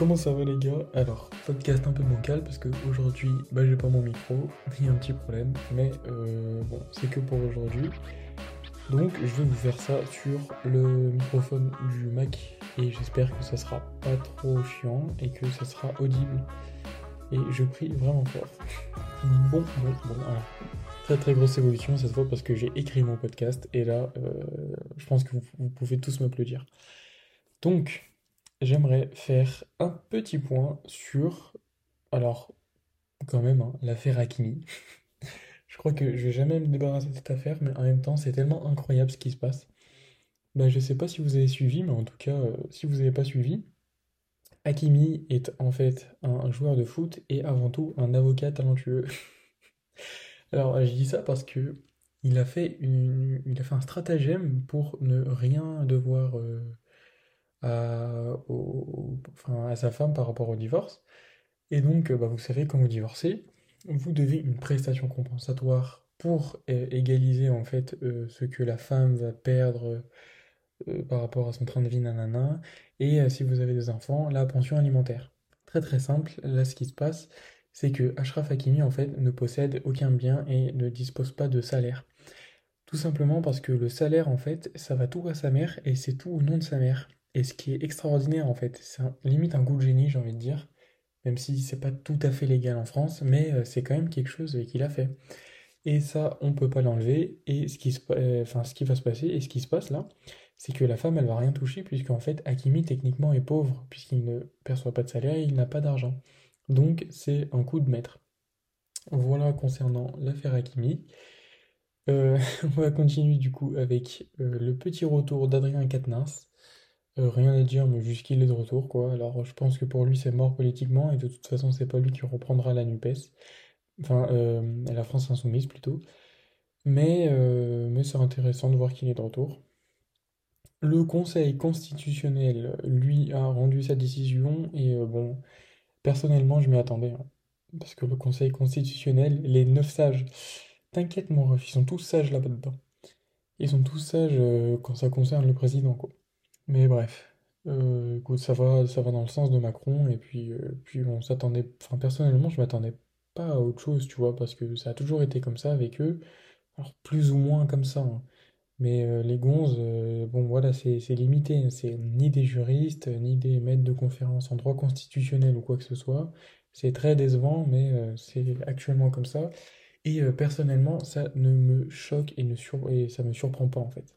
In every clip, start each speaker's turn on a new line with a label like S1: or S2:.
S1: Comment ça va les gars? Alors, podcast un peu bancal parce que aujourd'hui, j'ai pas mon micro, il y a un petit problème, mais bon, c'est que pour aujourd'hui. Donc, je vais vous faire ça sur le microphone du Mac et j'espère que ça sera pas trop chiant et que ça sera audible. Et je prie vraiment fort. Bon, alors, très très grosse évolution cette fois parce que j'ai écrit mon podcast et là, je pense que vous pouvez tous m'applaudir. Donc, j'aimerais faire un petit point sur, alors quand même, hein, l'affaire Hakimi. Je crois que je vais jamais me débarrasser de cette affaire, mais en même temps, c'est tellement incroyable ce qui se passe. Je sais pas si vous avez suivi, mais en tout cas, si vous n'avez pas suivi, Hakimi est en fait un joueur de foot et avant tout un avocat talentueux. Alors, je dis ça parce que il a fait un stratagème pour ne rien devoir enfin, à sa femme par rapport au divorce. Et donc, vous savez, quand vous divorcez, vous devez une prestation compensatoire pour égaliser en fait ce que la femme va perdre par rapport à son train de vie, nanana. Et si vous avez des enfants, la pension alimentaire. Très très simple. Là, ce qui se passe, c'est que Ashraf Hakimi en fait ne possède aucun bien et ne dispose pas de salaire. Tout simplement parce que le salaire, en fait, ça va tout à sa mère et c'est tout au nom de sa mère. Et ce qui est extraordinaire, en fait, limite un coup de génie, j'ai envie de dire, même si c'est pas tout à fait légal en France, mais c'est quand même quelque chose qu'il a fait. Et ça, on peut pas l'enlever. Et ce qui va se passer et ce qui se passe là, c'est que la femme, elle va rien toucher, puisqu'en fait, Hakimi, techniquement, est pauvre, puisqu'il ne perçoit pas de salaire et il n'a pas d'argent. Donc, c'est un coup de maître. Voilà concernant l'affaire Hakimi. On va continuer du coup avec le petit retour d'Adrien Quatennens. Rien à dire, mais juste qu'il est de retour, quoi. Alors, je pense que pour lui, c'est mort politiquement, et de toute façon, c'est pas lui qui reprendra la NUPES. Enfin, la France Insoumise plutôt. Mais c'est intéressant de voir qu'il est de retour. Le Conseil constitutionnel, lui, a rendu sa décision, et bon, personnellement, je m'y attendais, hein. Parce que le Conseil constitutionnel, les 9 sages, t'inquiète, mon ref, ils sont tous sages là-bas dedans. Ils sont tous sages quand ça concerne le président, quoi. Mais bref, écoute, ça va dans le sens de Macron, et puis on s'attendait, enfin personnellement, je m'attendais pas à autre chose, tu vois, parce que ça a toujours été comme ça avec eux, alors plus ou moins comme ça, hein. Mais les gonzes, bon voilà, c'est limité, hein. C'est ni des juristes, ni des maîtres de conférences en droit constitutionnel ou quoi que ce soit. C'est très décevant, mais c'est actuellement comme ça. Et personnellement, ça ne me choque et ça me surprend pas en fait.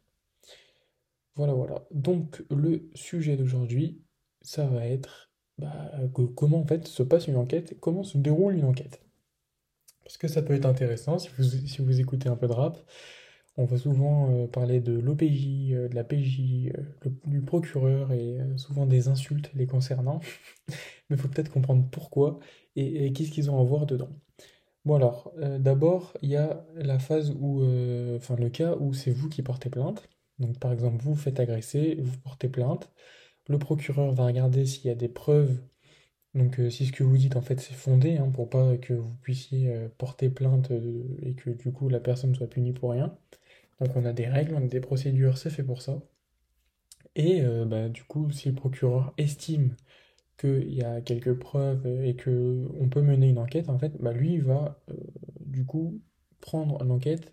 S1: Voilà. Donc le sujet d'aujourd'hui, ça va être comment en fait se passe une enquête, comment se déroule une enquête. Parce que ça peut être intéressant si vous écoutez un peu de rap. On va souvent parler de l'OPJ, de la PJ, du procureur et souvent des insultes les concernant. Mais il faut peut-être comprendre pourquoi et qu'est-ce qu'ils ont à voir dedans. Bon alors, d'abord, il y a la phase où, enfin le cas où c'est vous qui portez plainte. Donc par exemple, vous vous faites agresser, vous portez plainte. Le procureur va regarder s'il y a des preuves. Donc si ce que vous dites en fait c'est fondé, hein, pour pas que vous puissiez porter plainte et que du coup la personne soit punie pour rien. Donc on a des règles, on a des procédures, c'est fait pour ça. Et du coup, si le procureur estime qu'il y a quelques preuves et que on peut mener une enquête, en fait, lui, il va du coup prendre l'enquête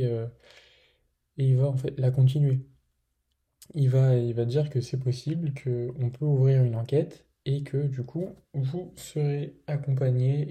S1: et il va en fait la continuer. Il va dire que c'est possible, qu'on peut ouvrir une enquête et que du coup, vous serez accompagné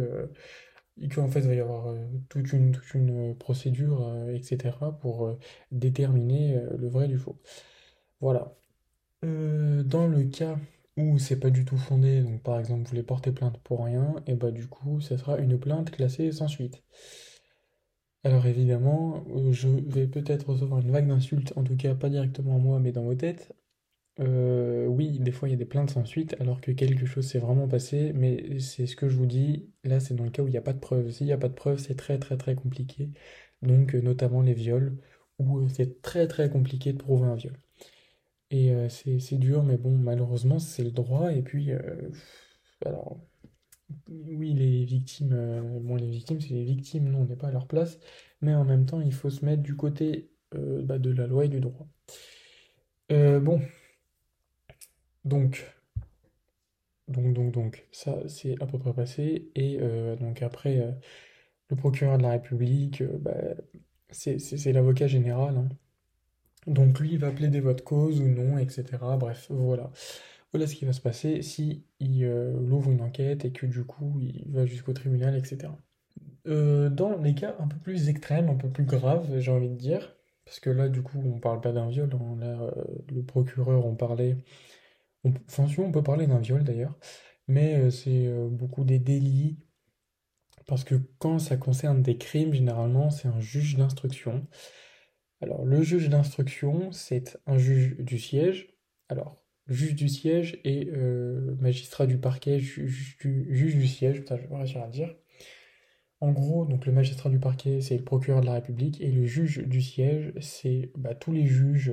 S1: et qu'en fait, il va y avoir toute une procédure, etc., pour déterminer le vrai du faux. Voilà. Dans le cas où c'est pas du tout fondé, donc par exemple vous voulez porter plainte pour rien, et du coup ça sera une plainte classée sans suite. Alors évidemment, je vais peut-être recevoir une vague d'insultes, en tout cas pas directement à moi, mais dans vos têtes. Oui, des fois il y a des plaintes sans suite, alors que quelque chose s'est vraiment passé, mais c'est ce que je vous dis, là c'est dans le cas où il n'y a pas de preuves. S'il n'y a pas de preuves, c'est très très très compliqué, donc notamment les viols, où c'est très très compliqué de prouver un viol. Et c'est dur, mais bon, malheureusement, c'est le droit. Et puis, alors, oui, les victimes, bon, les victimes, c'est les victimes, nous, on n'est pas à leur place. Mais en même temps, il faut se mettre du côté de la loi et du droit. Bon, donc, Donc, ça, c'est à peu près passé. Et donc après, le procureur de la République, bah, c'est l'avocat général, hein. Donc lui, il va plaider votre cause ou non, etc. Bref, voilà. Voilà ce qui va se passer si il ouvre une enquête et que du coup, il va jusqu'au tribunal, etc. Dans les cas un peu plus extrêmes, un peu plus graves, j'ai envie de dire, parce que là, du coup, on parle pas d'un viol, hein. Là, le procureur, on parlait... Enfin, si on peut parler d'un viol, d'ailleurs, mais c'est beaucoup des délits, parce que quand ça concerne des crimes, généralement, c'est un juge d'instruction. Alors, le juge d'instruction, c'est un juge du siège. Alors, juge du siège et magistrat du parquet, juge du siège, putain, je vais pas réussir à le dire. En gros, donc le magistrat du parquet, c'est le procureur de la République, et le juge du siège, c'est bah, tous les juges,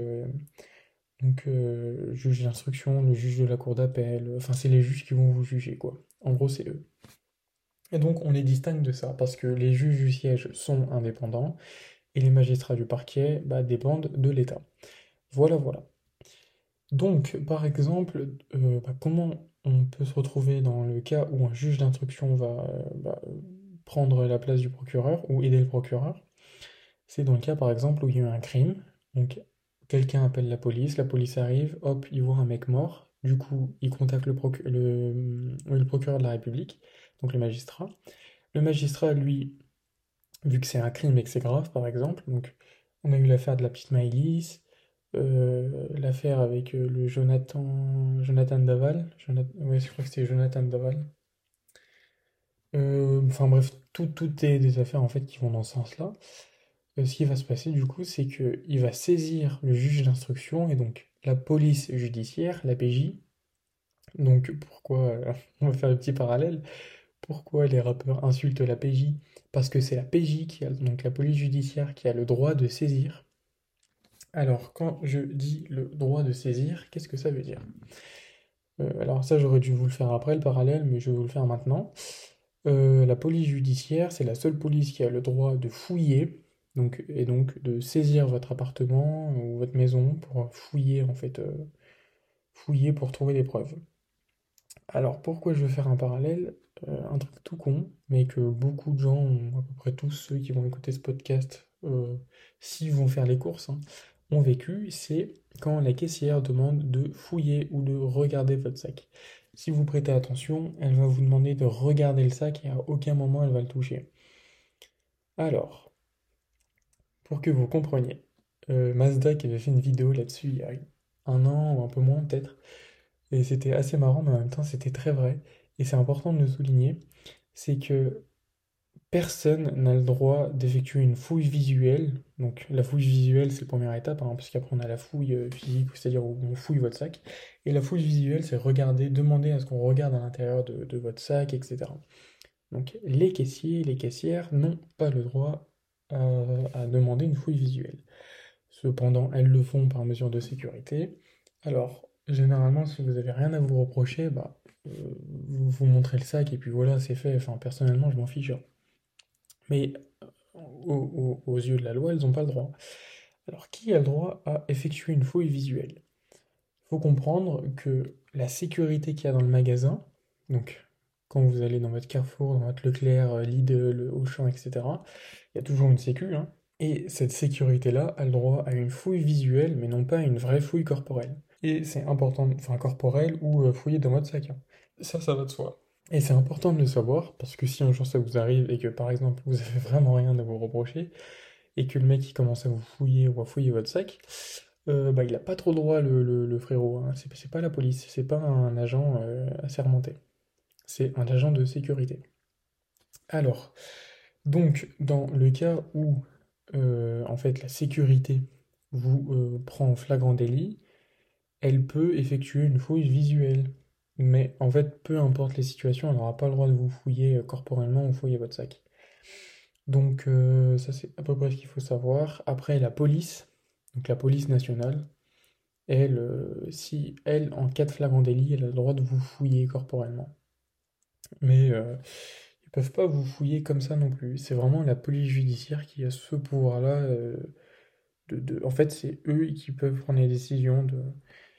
S1: juge d'instruction, le juge de la cour d'appel, enfin, c'est les juges qui vont vous juger, quoi. En gros, c'est eux. Et donc, on les distingue de ça, parce que les juges du siège sont indépendants, et les magistrats du parquet bah, dépendent de l'État. Voilà, voilà. Donc, par exemple, comment on peut se retrouver dans le cas où un juge d'instruction va prendre la place du procureur ou aider le procureur? C'est dans le cas, par exemple, où il y a eu un crime. Donc, quelqu'un appelle la police arrive, hop, il voit un mec mort. Du coup, il contacte le procureur de la République, donc le magistrat. Le magistrat, lui, vu que c'est un crime et que c'est grave, par exemple, donc on a eu l'affaire de la petite Maëlys, l'affaire avec le Jonathan Daval, ouais, je crois que c'était Jonathan Daval. Enfin bref, tout est des affaires en fait qui vont dans ce sens-là. Ce qui va se passer du coup, c'est qu'il va saisir le juge d'instruction et donc la police judiciaire, la PJ. Donc pourquoi, on va faire le petit parallèle, pourquoi les rappeurs insultent la PJ? Parce que c'est la PJ qui a, donc la police judiciaire, qui a le droit de saisir. Alors, quand je dis le droit de saisir, qu'est-ce que ça veut dire? Alors ça, j'aurais dû vous le faire après, le parallèle, mais je vais vous le faire maintenant. La police judiciaire, c'est la seule police qui a le droit de fouiller, donc, et donc de saisir votre appartement ou votre maison pour fouiller, en fait, fouiller pour trouver des preuves. Alors, pourquoi je veux faire un parallèle? Un truc tout con, mais que beaucoup de gens, à peu près tous ceux qui vont écouter ce podcast, s'ils vont faire les courses, hein, ont vécu, c'est quand la caissière demande de fouiller ou de regarder votre sac. Si vous prêtez attention, elle va vous demander de regarder le sac et à aucun moment elle va le toucher. Alors, pour que vous compreniez, Mazda qui avait fait une vidéo là-dessus il y a un an ou un peu moins peut-être, et c'était assez marrant, mais en même temps c'était très vrai, et c'est important de le souligner, c'est que personne n'a le droit d'effectuer une fouille visuelle. Donc la fouille visuelle, c'est la première étape, hein, parce qu'après on a la fouille physique, c'est-à-dire où on fouille votre sac. Et la fouille visuelle, c'est regarder, demander à ce qu'on regarde à l'intérieur de votre sac, etc. Donc les caissiers, les caissières n'ont pas le droit à demander une fouille visuelle. Cependant, elles le font par mesure de sécurité. Alors, généralement, si vous avez rien à vous reprocher, bah, vous montrez le sac et puis voilà, c'est fait. Enfin, personnellement, je m'en fiche, hein. Mais aux yeux de la loi, elles n'ont pas le droit. Alors, qui a le droit à effectuer une fouille visuelle? Il faut comprendre que la sécurité qu'il y a dans le magasin, donc quand vous allez dans votre Carrefour, dans votre Leclerc, Lidl, Auchan, etc., il y a toujours une sécu, hein. Et cette sécurité-là a le droit à une fouille visuelle, mais non pas à une vraie fouille corporelle. Et c'est important, enfin corporelle ou fouiller dans votre sac, hein. Ça va de soi. Et c'est important de le savoir, parce que si un jour ça vous arrive et que par exemple vous avez vraiment rien à vous reprocher, et que le mec il commence à vous fouiller ou à fouiller votre sac, bah il a pas trop le droit le frérot, hein. C'est pas la police, c'est pas un agent assermenté, c'est un agent de sécurité. Alors, donc dans le cas où en fait la sécurité vous prend en flagrant délit, elle peut effectuer une fouille visuelle. Mais en fait, peu importe les situations, elle n'aura pas le droit de vous fouiller corporellement ou fouiller votre sac. Donc ça c'est à peu près ce qu'il faut savoir. Après la police, donc la police nationale, elle, si elle, en cas de flagrant délit, elle a le droit de vous fouiller corporellement. Mais ils peuvent pas vous fouiller comme ça non plus. C'est vraiment la police judiciaire qui a ce pouvoir-là. En fait, c'est eux qui peuvent prendre les décisions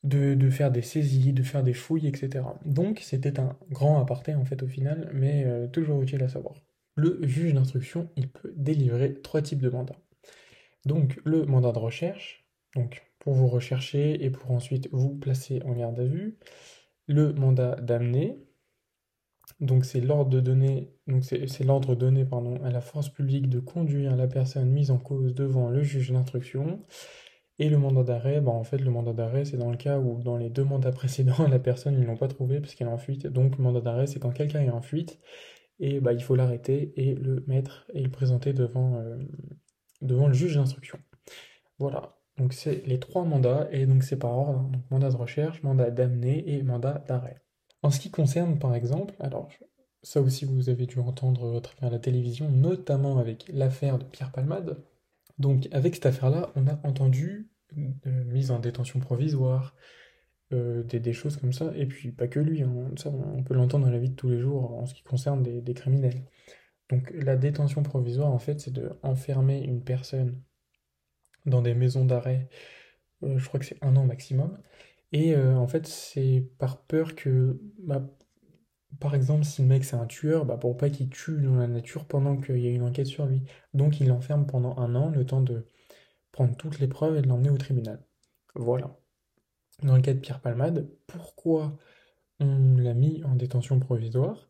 S1: de faire des saisies, de faire des fouilles, etc. Donc c'était un grand aparté en fait au final, mais toujours utile à savoir. Le juge d'instruction, il peut délivrer trois types de mandats. Donc le mandat de recherche, donc pour vous rechercher et pour ensuite vous placer en garde à vue. Le mandat d'amener, donc c'est l'ordre de donner, donc c'est l'ordre donné pardon, à la force publique de conduire la personne mise en cause devant le juge d'instruction. Et le mandat d'arrêt, bah en fait le mandat d'arrêt c'est dans le cas où dans les deux mandats précédents la personne ils l'ont pas trouvé parce qu'elle est en fuite. Donc le mandat d'arrêt c'est quand quelqu'un est en fuite et bah il faut l'arrêter et le mettre et le présenter devant le juge d'instruction. Voilà. Donc c'est les trois mandats et donc c'est par ordre, hein. Donc mandat de recherche, mandat d'amener et mandat d'arrêt. En ce qui concerne, par exemple, alors ça aussi vous avez dû entendre à travers la télévision, notamment avec l'affaire de Pierre Palmade. Donc avec cette affaire-là, on a entendu mise en détention provisoire, des choses comme ça, et puis pas que lui, hein, ça on peut l'entendre dans la vie de tous les jours en ce qui concerne des criminels. Donc la détention provisoire, en fait, c'est de enfermer une personne dans des maisons d'arrêt, je crois que c'est un an maximum, et en fait c'est par peur que bah, par exemple, si le mec c'est un tueur, bah pour pas qu'il tue dans la nature pendant qu'il y a une enquête sur lui. Donc il l'enferme pendant un an, le temps de prendre toutes les preuves et de l'emmener au tribunal. Voilà. Dans le cas de Pierre Palmade, pourquoi on l'a mis en détention provisoire?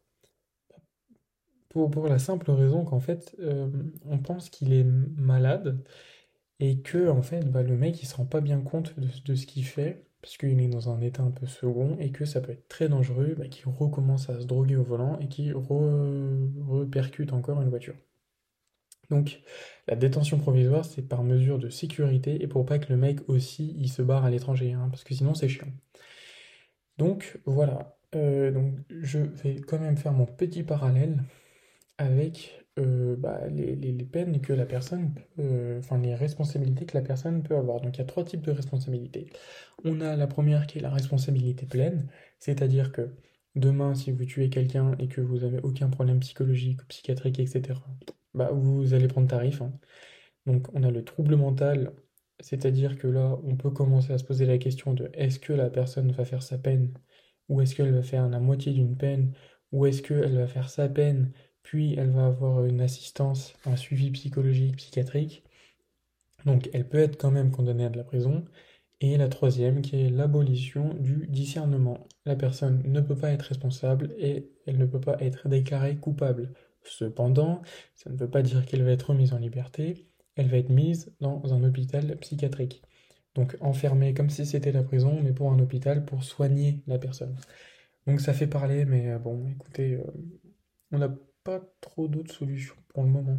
S1: Pour la simple raison qu'en fait, on pense qu'il est malade et que en fait, bah, le mec il se rend pas bien compte de ce qu'il fait parce qu'il est dans un état un peu second et que ça peut être très dangereux, bah, qu'il recommence à se droguer au volant et qu'il repercute encore une voiture. Donc la détention provisoire c'est par mesure de sécurité et pour pas que le mec aussi il se barre à l'étranger, hein, parce que sinon c'est chiant. Donc voilà. Donc je vais quand même faire mon petit parallèle avec bah, les peines que la personne peut, enfin les responsabilités que la personne peut avoir. Donc il y a trois types de responsabilités. On a la première qui est la responsabilité pleine, c'est-à-dire que demain, si vous tuez quelqu'un et que vous n'avez aucun problème psychologique, psychiatrique, etc., bah, vous allez prendre tarif, hein. Donc on a le trouble mental, c'est-à-dire que là, on peut commencer à se poser la question de est-ce que la personne va faire sa peine, ou est-ce qu'elle va faire la moitié d'une peine, ou est-ce qu'elle va faire sa peine, puis elle va avoir une assistance, un suivi psychologique, psychiatrique. Donc elle peut être quand même condamnée à de la prison. Et la troisième qui est l'abolition du discernement. La personne ne peut pas être responsable et elle ne peut pas être déclarée coupable. Cependant, ça ne veut pas dire qu'elle va être remise en liberté, elle va être mise dans un hôpital psychiatrique. Donc enfermée comme si c'était la prison, mais pour un hôpital pour soigner la personne. Donc ça fait parler, mais bon, écoutez, on n'a pas trop d'autres solutions pour le moment.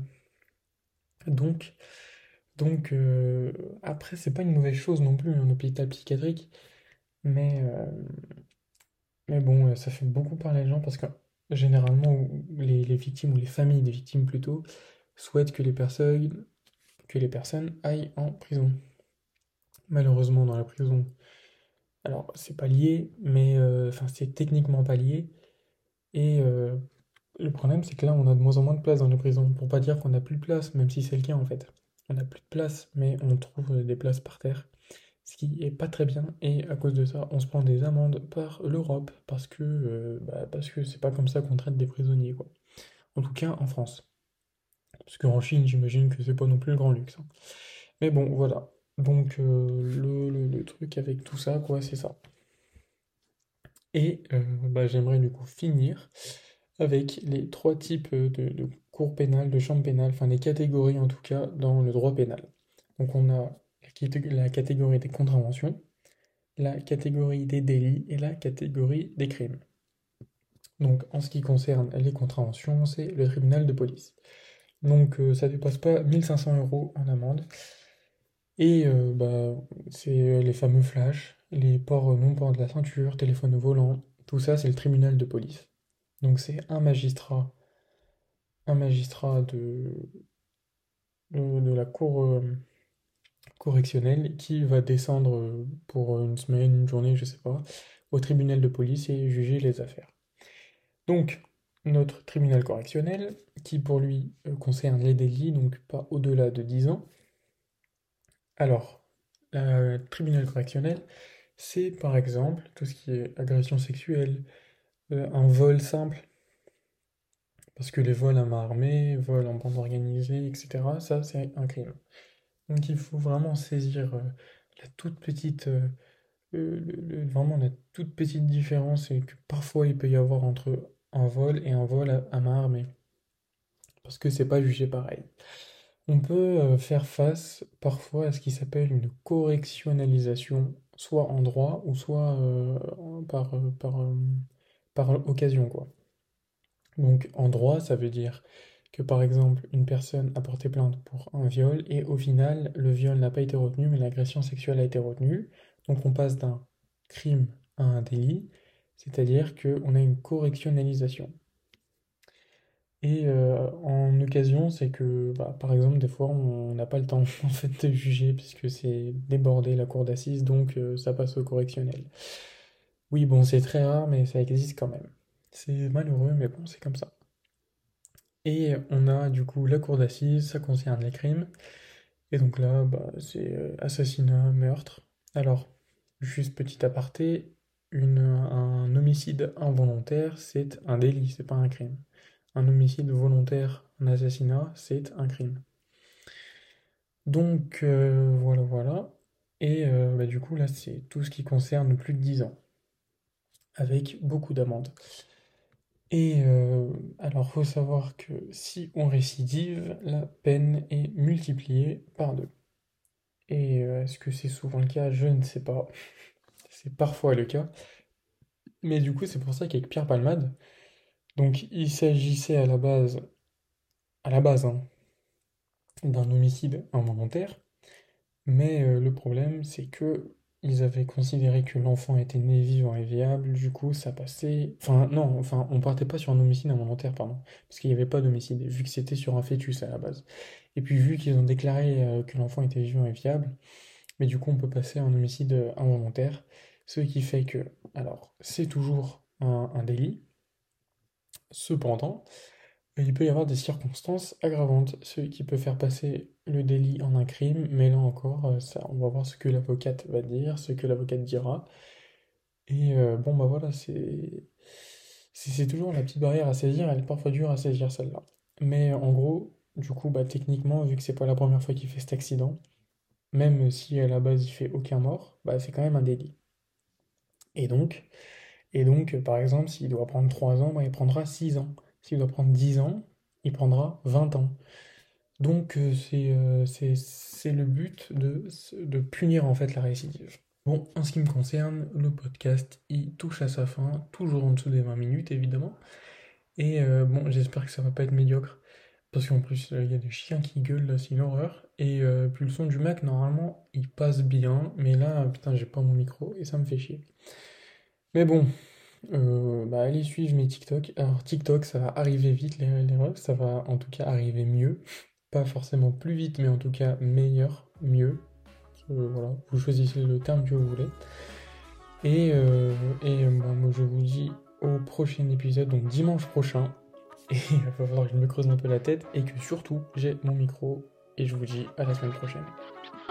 S1: Donc, donc après, c'est pas une mauvaise chose non plus, un hôpital psychiatrique, mais, euh, mais bon, ça fait beaucoup parler les gens parce que généralement, les victimes ou les familles des victimes plutôt souhaitent que les personnes aillent en prison. Malheureusement, dans la prison, alors c'est pas lié, mais enfin c'est techniquement pas lié. Et le problème, c'est que là, on a de moins en moins de place dans les prisons. Pour pas dire qu'on n'a plus de place, même si c'est le cas en fait. On n'a plus de place, mais on trouve des places par terre. Ce qui est pas très bien, et à cause de ça, on se prend des amendes par l'Europe, parce que c'est pas comme ça qu'on traite des prisonniers, quoi. En tout cas, en France. Parce qu'en Chine, j'imagine que c'est pas non plus le grand luxe, hein. Mais bon, voilà. Donc, le truc avec tout ça, quoi, c'est ça. Et bah, j'aimerais du coup finir avec les trois types de cours pénales, de chambres pénales, enfin les catégories en tout cas dans le droit pénal. Donc on a la catégorie des contraventions, la catégorie des délits et la catégorie des crimes. Donc en ce qui concerne les contraventions, c'est le tribunal de police. Donc ça ne dépasse pas 1 500 € en amende. Et bah, c'est les fameux flashs, les ports non-ports de la ceinture, téléphone au volant, tout ça c'est le tribunal de police. Donc c'est un magistrat de la cour correctionnelle qui va descendre pour une semaine, une journée, je sais pas, au tribunal de police et juger les affaires. Donc, notre tribunal correctionnel, qui pour lui concerne les délits, donc pas au-delà de 10 ans. Alors, le tribunal correctionnel, c'est par exemple tout ce qui est agression sexuelle, un vol simple, parce que les vols à main armée, vols en bande organisée, etc., ça c'est un crime. Donc il faut vraiment saisir la toute petite, vraiment la toute petite différence et que parfois il peut y avoir entre un vol et un vol à main armée, parce que c'est pas jugé pareil. On peut faire face parfois à ce qui s'appelle une correctionnalisation, soit en droit ou soit par occasion, quoi. Donc en droit, ça veut dire que par exemple, une personne a porté plainte pour un viol et au final, le viol n'a pas été retenu, mais l'agression sexuelle a été retenue. Donc on passe d'un crime à un délit, c'est-à-dire qu'on a une correctionnalisation. Et en occasion, c'est que, bah, par exemple, des fois, on n'a pas le temps en fait de juger puisque c'est débordé la cour d'assises, donc ça passe au correctionnel. Oui, bon, c'est très rare, mais ça existe quand même. C'est malheureux, mais bon, c'est comme ça. Et on a du coup la cour d'assises, ça concerne les crimes. Et donc là, bah, c'est assassinat, meurtre. Alors, juste petit aparté, un homicide involontaire, c'est un délit, c'est pas un crime. Un homicide volontaire, un assassinat, c'est un crime. Donc voilà, voilà. Et bah, du coup, là, c'est tout ce qui concerne plus de 10 ans, avec beaucoup d'amendes. Et alors, faut savoir que si on récidive, la peine est multipliée par deux. Et est-ce que c'est souvent le cas? Je ne sais pas. C'est parfois le cas. Mais du coup, c'est pour ça qu'avec Pierre Palmade, donc il s'agissait à la base, hein, d'un homicide involontaire. Mais le problème, c'est que ils avaient considéré que l'enfant était né vivant et viable, du coup ça passait... Enfin non, enfin on partait pas sur un homicide involontaire, pardon, parce qu'il n'y avait pas d'homicide, vu que c'était sur un fœtus à la base. Et puis vu qu'ils ont déclaré que l'enfant était vivant et viable, mais du coup on peut passer à un homicide involontaire, ce qui fait que, alors c'est toujours un délit, cependant, il peut y avoir des circonstances aggravantes, ce qui peut faire passer le délit en un crime, mais là encore, ça, on va voir ce que l'avocate va dire, ce que l'avocate dira. Et bon, bah voilà, c'est toujours la petite barrière à saisir, elle est parfois dure à saisir celle-là. Mais en gros, du coup, bah techniquement, vu que c'est pas la première fois qu'il fait cet accident, même si à la base il fait aucun mort, bah c'est quand même un délit. Et donc, par exemple, s'il doit prendre 3 ans, bah, il prendra 6 ans. S'il doit prendre 10 ans, il prendra 20 ans. Donc c'est le but de punir en fait la récidive. Bon, en ce qui me concerne, le podcast il touche à sa fin, toujours en dessous des 20 minutes évidemment. Et bon, j'espère que ça va pas être médiocre, parce qu'en plus il y a des chiens qui gueulent là, c'est une horreur. Et puis le son du Mac normalement il passe bien, mais là putain j'ai pas mon micro et ça me fait chier. Mais bon, bah allez suivre mes TikTok. Alors TikTok ça va arriver vite les refs, ça va en tout cas arriver mieux. Pas forcément plus vite, mais en tout cas meilleur, mieux. Voilà, vous choisissez le terme que vous voulez. Et bah, moi je vous dis au prochain épisode, donc dimanche prochain. Et il va falloir que je me creuse un peu la tête et que surtout j'ai mon micro. Et je vous dis à la semaine prochaine.